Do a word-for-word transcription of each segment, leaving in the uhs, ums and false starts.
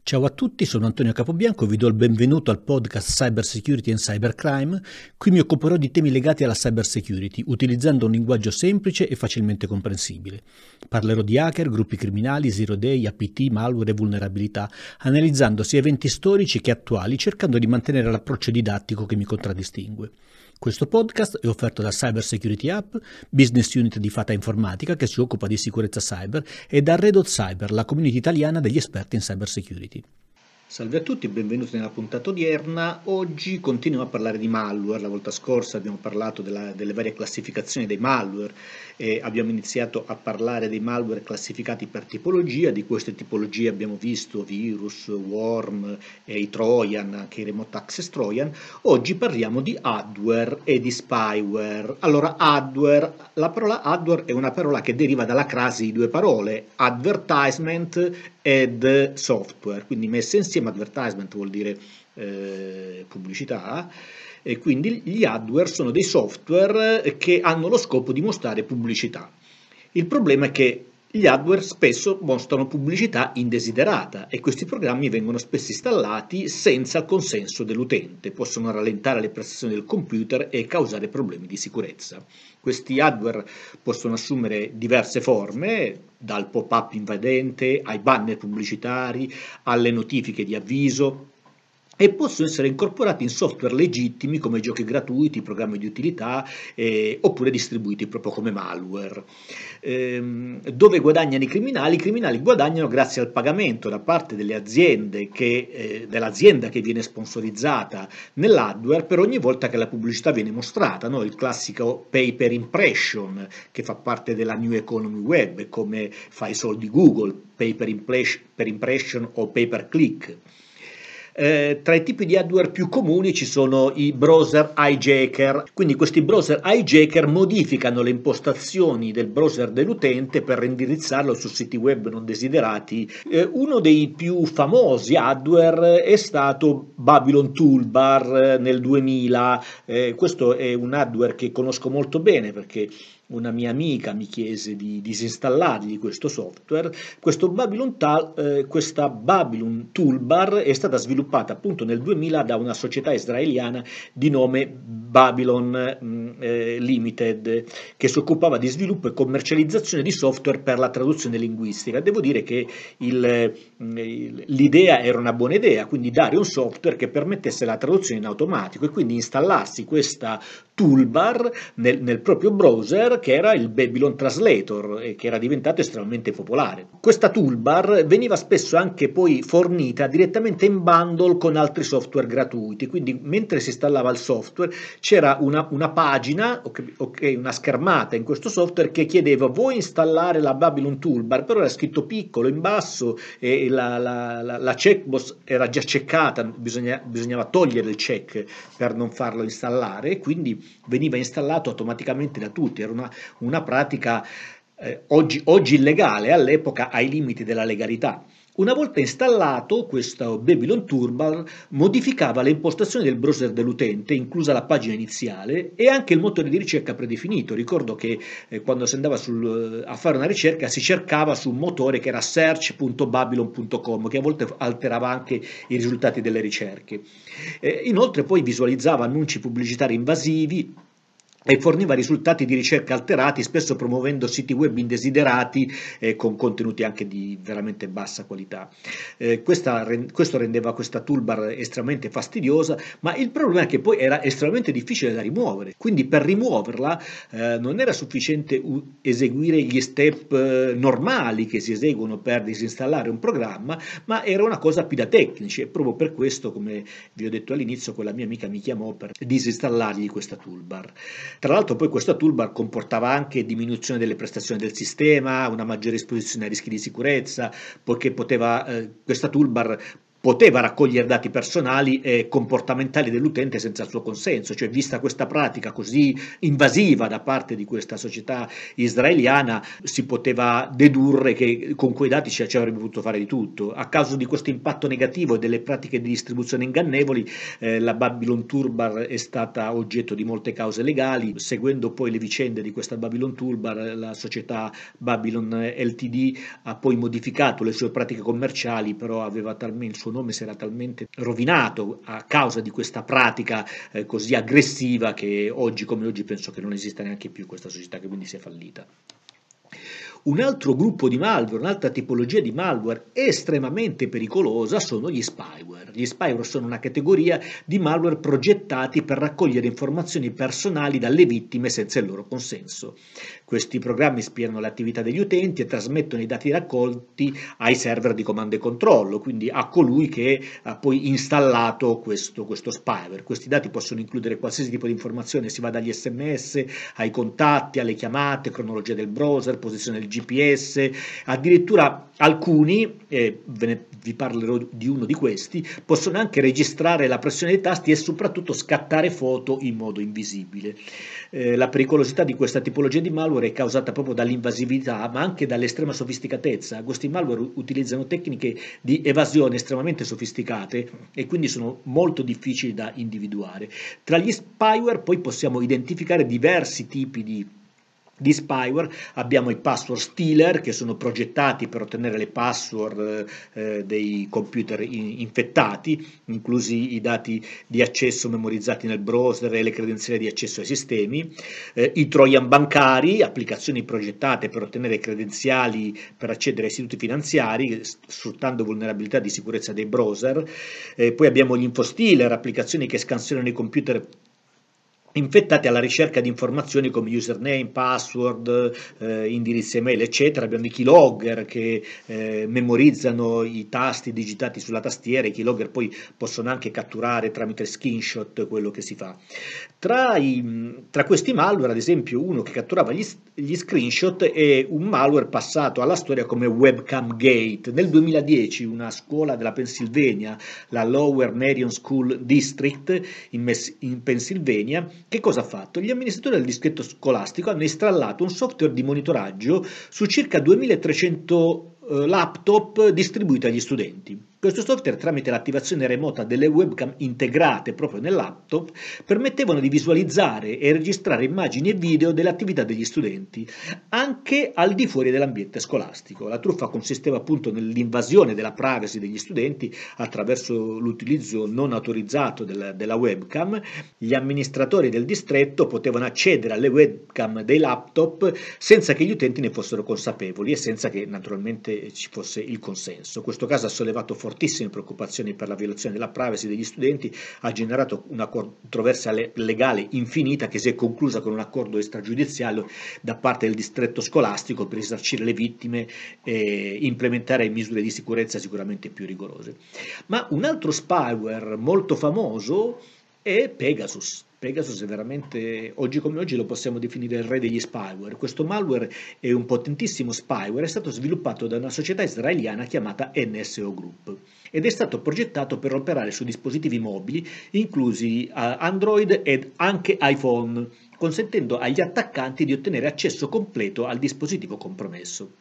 Ciao a tutti, sono Antonio Capobianco e vi do il benvenuto al podcast Cyber Security and Cybercrime. Qui mi occuperò di temi legati alla cyber security, utilizzando un linguaggio semplice e facilmente comprensibile. Parlerò di hacker, gruppi criminali, zero day, A P T, malware e vulnerabilità, analizzando sia eventi storici che attuali, cercando di mantenere l'approccio didattico che mi contraddistingue. Questo podcast è offerto da Cyber Security App, business unit di Fata Informatica che si occupa di sicurezza cyber, e da Red Hot Cyber, la community italiana degli esperti in cyber security. Salve a tutti, benvenuti nella puntata odierna. Oggi continuiamo a parlare di malware. La volta scorsa abbiamo parlato della, delle varie classificazioni dei malware e abbiamo iniziato a parlare dei malware classificati per tipologia. Di queste tipologie abbiamo visto virus, worm, e i trojan, anche i remote access trojan. Oggi parliamo di adware e di spyware. Allora, adware, la parola adware è una parola che deriva dalla crasi di due parole, advertisement ed software, quindi messe insieme. Advertisement vuol dire eh, pubblicità, e quindi gli adware sono dei software che hanno lo scopo di mostrare pubblicità. Il problema è che gli adware spesso mostrano pubblicità indesiderata e questi programmi vengono spesso installati senza il consenso dell'utente, possono rallentare le prestazioni del computer e causare problemi di sicurezza. Questi adware possono assumere diverse forme, dal pop-up invadente ai banner pubblicitari, alle notifiche di avviso, e possono essere incorporati in software legittimi come giochi gratuiti, programmi di utilità eh, oppure distribuiti proprio come malware. Ehm, dove guadagnano i criminali? I criminali guadagnano grazie al pagamento da parte delle aziende che, eh, dell'azienda che viene sponsorizzata nell'hardware per ogni volta che la pubblicità viene mostrata, no? Il classico pay per impression che fa parte della new economy web, come fa i soldi Google, pay per impression, per impression o pay per click. Eh, tra i tipi di adware più comuni ci sono i browser hijacker, quindi questi browser hijacker modificano le impostazioni del browser dell'utente per indirizzarlo su siti web non desiderati. Eh, uno dei più famosi adware è stato Babylon Toolbar nel duemila. Eh, questo è un adware che conosco molto bene perché una mia amica mi chiese di disinstallargli questo software. Questo Babylon Tal, eh, questa Babylon Toolbar è stata sviluppata appunto nel duemila da una società israeliana di nome Babylon mh, eh, Limited, che si occupava di sviluppo e commercializzazione di software per la traduzione linguistica. Devo dire che il, mh, l'idea era una buona idea, quindi dare un software che permettesse la traduzione in automatico e quindi installarsi questa toolbar nel, nel proprio browser, che era il Babylon Translator e che era diventato estremamente popolare. Questa toolbar veniva spesso anche poi fornita direttamente in bundle con altri software gratuiti, quindi mentre si installava il software c'era una, una pagina, ok, una schermata in questo software che chiedeva: vuoi installare la Babylon Toolbar? Però era scritto piccolo in basso e la, la, la, la checkbox era già checkata, bisogna, bisognava togliere il check per non farlo installare, e quindi veniva installato automaticamente da tutti. Era una, una pratica eh, oggi, oggi illegale, all'epoca ai limiti della legalità. Una volta installato, questo Babylon Toolbar modificava le impostazioni del browser dell'utente, inclusa la pagina iniziale e anche il motore di ricerca predefinito. Ricordo che eh, quando si andava sul, a fare una ricerca si cercava su un motore che era search punto babylon punto com, che a volte alterava anche i risultati delle ricerche. Eh, inoltre poi visualizzava annunci pubblicitari invasivi e forniva risultati di ricerca alterati, spesso promuovendo siti web indesiderati eh, con contenuti anche di veramente bassa qualità. Eh, questa, questo rendeva questa toolbar estremamente fastidiosa, ma il problema è che poi era estremamente difficile da rimuovere, quindi per rimuoverla eh, non era sufficiente u- eseguire gli step eh, normali che si eseguono per disinstallare un programma, ma era una cosa più da tecnici, e proprio per questo, come vi ho detto all'inizio, quella mia amica mi chiamò per disinstallargli questa toolbar. Tra l'altro poi questa toolbar comportava anche diminuzione delle prestazioni del sistema, una maggiore esposizione a rischi di sicurezza, poiché poteva, eh, questa toolbar poteva raccogliere dati personali e comportamentali dell'utente senza il suo consenso, cioè vista questa pratica così invasiva da parte di questa società israeliana si poteva dedurre che con quei dati ci, ci avrebbe potuto fare di tutto. A causa di questo impatto negativo e delle pratiche di distribuzione ingannevoli, eh, la Babylon Toolbar è stata oggetto di molte cause legali. Seguendo poi le vicende di questa Babylon Toolbar, la società Babylon L T D ha poi modificato le sue pratiche commerciali, però aveva talmente, il suo nome si era talmente rovinato a causa di questa pratica eh, così aggressiva che oggi come oggi penso che non esista neanche più questa società, che quindi si è fallita. Un altro gruppo di malware, un'altra tipologia di malware estremamente pericolosa sono gli spyware. Gli spyware sono una categoria di malware progettati per raccogliere informazioni personali dalle vittime senza il loro consenso. Questi programmi spiano le attività degli utenti e trasmettono i dati raccolti ai server di comando e controllo, quindi a colui che ha poi installato questo, questo spyware. Questi dati possono includere qualsiasi tipo di informazione, si va dagli sms ai contatti, alle chiamate, cronologia del browser, posizione del G P S, addirittura alcuni, eh, ve ne, vi parlerò di uno di questi, possono anche registrare la pressione dei tasti e soprattutto scattare foto in modo invisibile. Eh, la pericolosità di questa tipologia di malware è causata proprio dall'invasività, ma anche dall'estrema sofisticatezza. Questi malware utilizzano tecniche di evasione estremamente sofisticate e quindi sono molto difficili da individuare. Tra gli spyware poi possiamo identificare diversi tipi di Di spyware. Abbiamo i password stealer, che sono progettati per ottenere le password eh, dei computer in, infettati, inclusi i dati di accesso memorizzati nel browser e le credenziali di accesso ai sistemi, eh, i trojan bancari, applicazioni progettate per ottenere credenziali per accedere ai istituti finanziari, sfruttando vulnerabilità di sicurezza dei browser. Eh, poi abbiamo gli infostealer, applicazioni che scansionano i computer infettati alla ricerca di informazioni come username, password, eh, indirizzi email, eccetera. Abbiamo i keylogger che eh, memorizzano i tasti digitati sulla tastiera. I keylogger poi possono anche catturare tramite screenshot quello che si fa. Tra, i, tra questi malware, ad esempio, uno che catturava gli, gli screenshot è un malware passato alla storia come Webcam Gate. Nel duemiladieci una scuola della Pennsylvania, la Lower Merion School District in, in Pennsylvania, che cosa ha fatto? Gli amministratori del distretto scolastico hanno installato un software di monitoraggio su circa duemilatrecento eh, laptop distribuiti agli studenti. Questo software, tramite l'attivazione remota delle webcam integrate proprio nel laptop, permettevano di visualizzare e registrare immagini e video delle attività degli studenti, anche al di fuori dell'ambiente scolastico. La truffa consisteva appunto nell'invasione della privacy degli studenti attraverso l'utilizzo non autorizzato della, della webcam. Gli amministratori del distretto potevano accedere alle webcam dei laptop senza che gli utenti ne fossero consapevoli e senza che naturalmente ci fosse il consenso. Questo caso ha sollevato fortemente fortissime preoccupazioni per la violazione della privacy degli studenti, ha generato una controversia legale infinita che si è conclusa con un accordo extragiudiziale da parte del distretto scolastico per risarcire le vittime e implementare misure di sicurezza sicuramente più rigorose. Ma un altro spyware molto famoso è Pegasus. Pegasus è veramente, oggi come oggi lo possiamo definire il re degli spyware. Questo malware è un potentissimo spyware, è stato sviluppato da una società israeliana chiamata N S O Group ed è stato progettato per operare su dispositivi mobili, inclusi Android ed anche iPhone, consentendo agli attaccanti di ottenere accesso completo al dispositivo compromesso.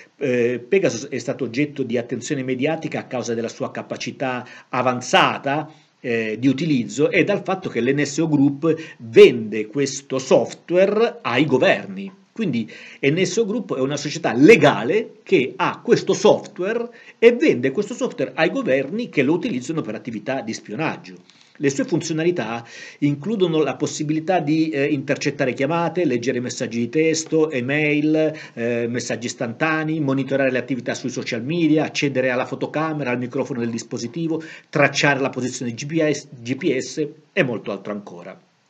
Eh, Pegasus è stato oggetto di attenzione mediatica a causa della sua capacità avanzata Eh, di utilizzo e dal fatto che l'N S O Group vende questo software ai governi. Quindi N S O Group è una società legale che ha questo software e vende questo software ai governi che lo utilizzano per attività di spionaggio. Le sue funzionalità includono la possibilità di eh, intercettare chiamate, leggere messaggi di testo, email, eh, messaggi istantanei, monitorare le attività sui social media, accedere alla fotocamera, al microfono del dispositivo, tracciare la posizione G P S, G P S e molto altro ancora.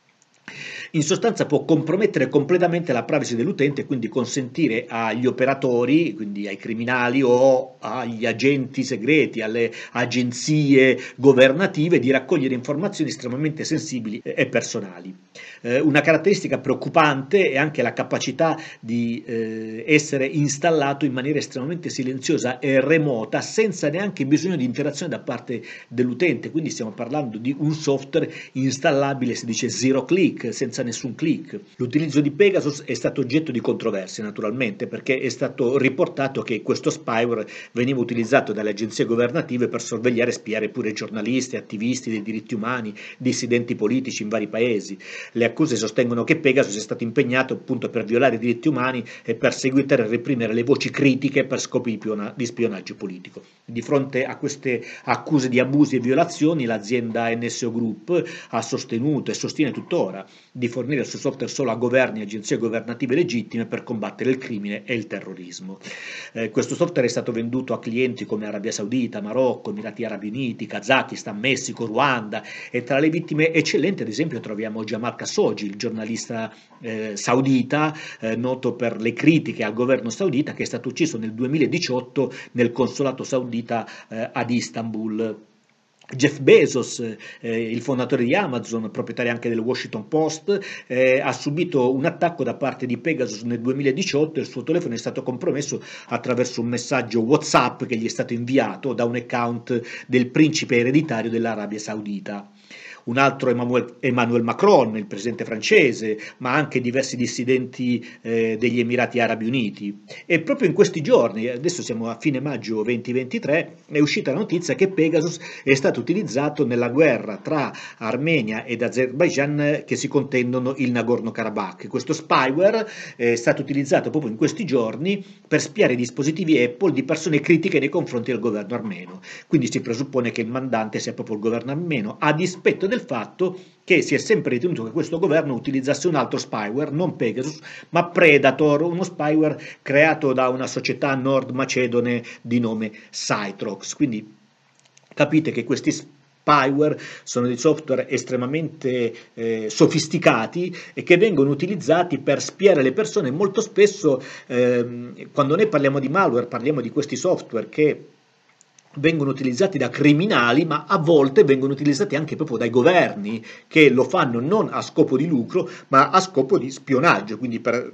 In sostanza può compromettere completamente la privacy dell'utente e quindi consentire agli operatori, quindi ai criminali o agli agenti segreti, alle agenzie governative di raccogliere informazioni estremamente sensibili e personali. Eh, una caratteristica preoccupante è anche la capacità di eh, essere installato in maniera estremamente silenziosa e remota senza neanche bisogno di interazione da parte dell'utente, quindi stiamo parlando di un software installabile, si dice zero click, senza nessun click. L'utilizzo di Pegasus è stato oggetto di controversie naturalmente, perché è stato riportato che questo spyware veniva utilizzato dalle agenzie governative per sorvegliare e spiare pure giornalisti, attivisti dei diritti umani, dissidenti politici in vari paesi. Le accuse sostengono che Pegasus è stato impegnato appunto per violare i diritti umani e perseguitare e reprimere le voci critiche per scopi di spionaggio politico. Di fronte a queste accuse di abusi e violazioni, l'azienda N S O Group ha sostenuto e sostiene tuttora di fornire il suo software solo a governi e agenzie governative legittime per combattere il crimine e il terrorismo. Eh, questo software è stato venduto a clienti come Arabia Saudita, Marocco, Emirati Arabi Uniti, Kazakistan, Messico, Ruanda, e tra le vittime eccellenti ad esempio troviamo Jamal Khashoggi, il giornalista eh, saudita eh, noto per le critiche al governo saudita, che è stato ucciso nel duemiladiciotto nel consolato saudita eh, ad Istanbul. Jeff Bezos, eh, il fondatore di Amazon, proprietario anche del Washington Post, eh, ha subito un attacco da parte di Pegasus nel duemiladiciotto e il suo telefono è stato compromesso attraverso un messaggio WhatsApp che gli è stato inviato da un account del principe ereditario dell'Arabia Saudita. Un altro Emmanuel, Emmanuel Macron, il presidente francese, ma anche diversi dissidenti eh, degli Emirati Arabi Uniti. E proprio in questi giorni, adesso siamo a fine maggio duemilaventitré, è uscita la notizia che Pegasus è stato utilizzato nella guerra tra Armenia ed Azerbaijan che si contendono il Nagorno-Karabakh. Questo spyware è stato utilizzato proprio in questi giorni per spiare i dispositivi Apple di persone critiche nei confronti del governo armeno. Quindi si presuppone che il mandante sia proprio il governo armeno, a dispetto del fatto che si è sempre ritenuto che questo governo utilizzasse un altro spyware, non Pegasus, ma Predator, uno spyware creato da una società nord macedone di nome Cytrox. Quindi capite che questi spyware sono dei software estremamente eh, sofisticati e che vengono utilizzati per spiare le persone. Molto spesso ehm, quando noi parliamo di malware parliamo di questi software che vengono utilizzati da criminali, ma a volte vengono utilizzati anche proprio dai governi, che lo fanno non a scopo di lucro, ma a scopo di spionaggio, quindi per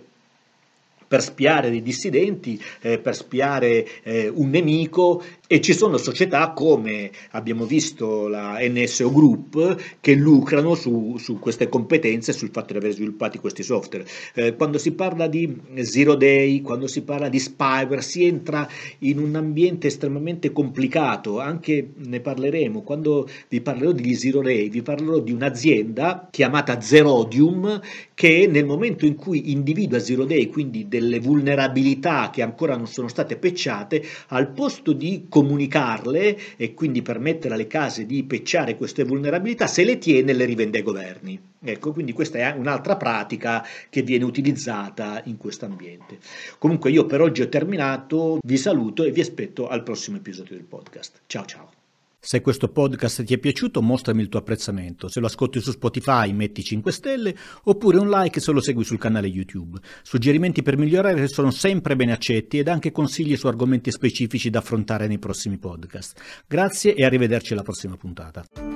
per spiare dei dissidenti, eh, per spiare eh, un nemico, e ci sono società come abbiamo visto la N S O Group che lucrano su, su queste competenze, sul fatto di aver sviluppato questi software. Eh, quando si parla di Zero Day, quando si parla di spyware, si entra in un ambiente estremamente complicato, anche ne parleremo, quando vi parlerò di Zero Day, vi parlerò di un'azienda chiamata Zerodium che nel momento in cui individua Zero Day, quindi delle vulnerabilità che ancora non sono state patchate, al posto di comunicarle e quindi permettere alle case di patchare queste vulnerabilità, se le tiene e le rivende ai governi. Ecco, quindi questa è un'altra pratica che viene utilizzata in questo ambiente. Comunque io per oggi ho terminato, vi saluto e vi aspetto al prossimo episodio del podcast. Ciao ciao! Se questo podcast ti è piaciuto, mostrami il tuo apprezzamento. Se lo ascolti su Spotify, metti cinque stelle, oppure un like se lo segui sul canale YouTube. Suggerimenti per migliorare sono sempre ben accetti ed anche consigli su argomenti specifici da affrontare nei prossimi podcast. Grazie e arrivederci alla prossima puntata.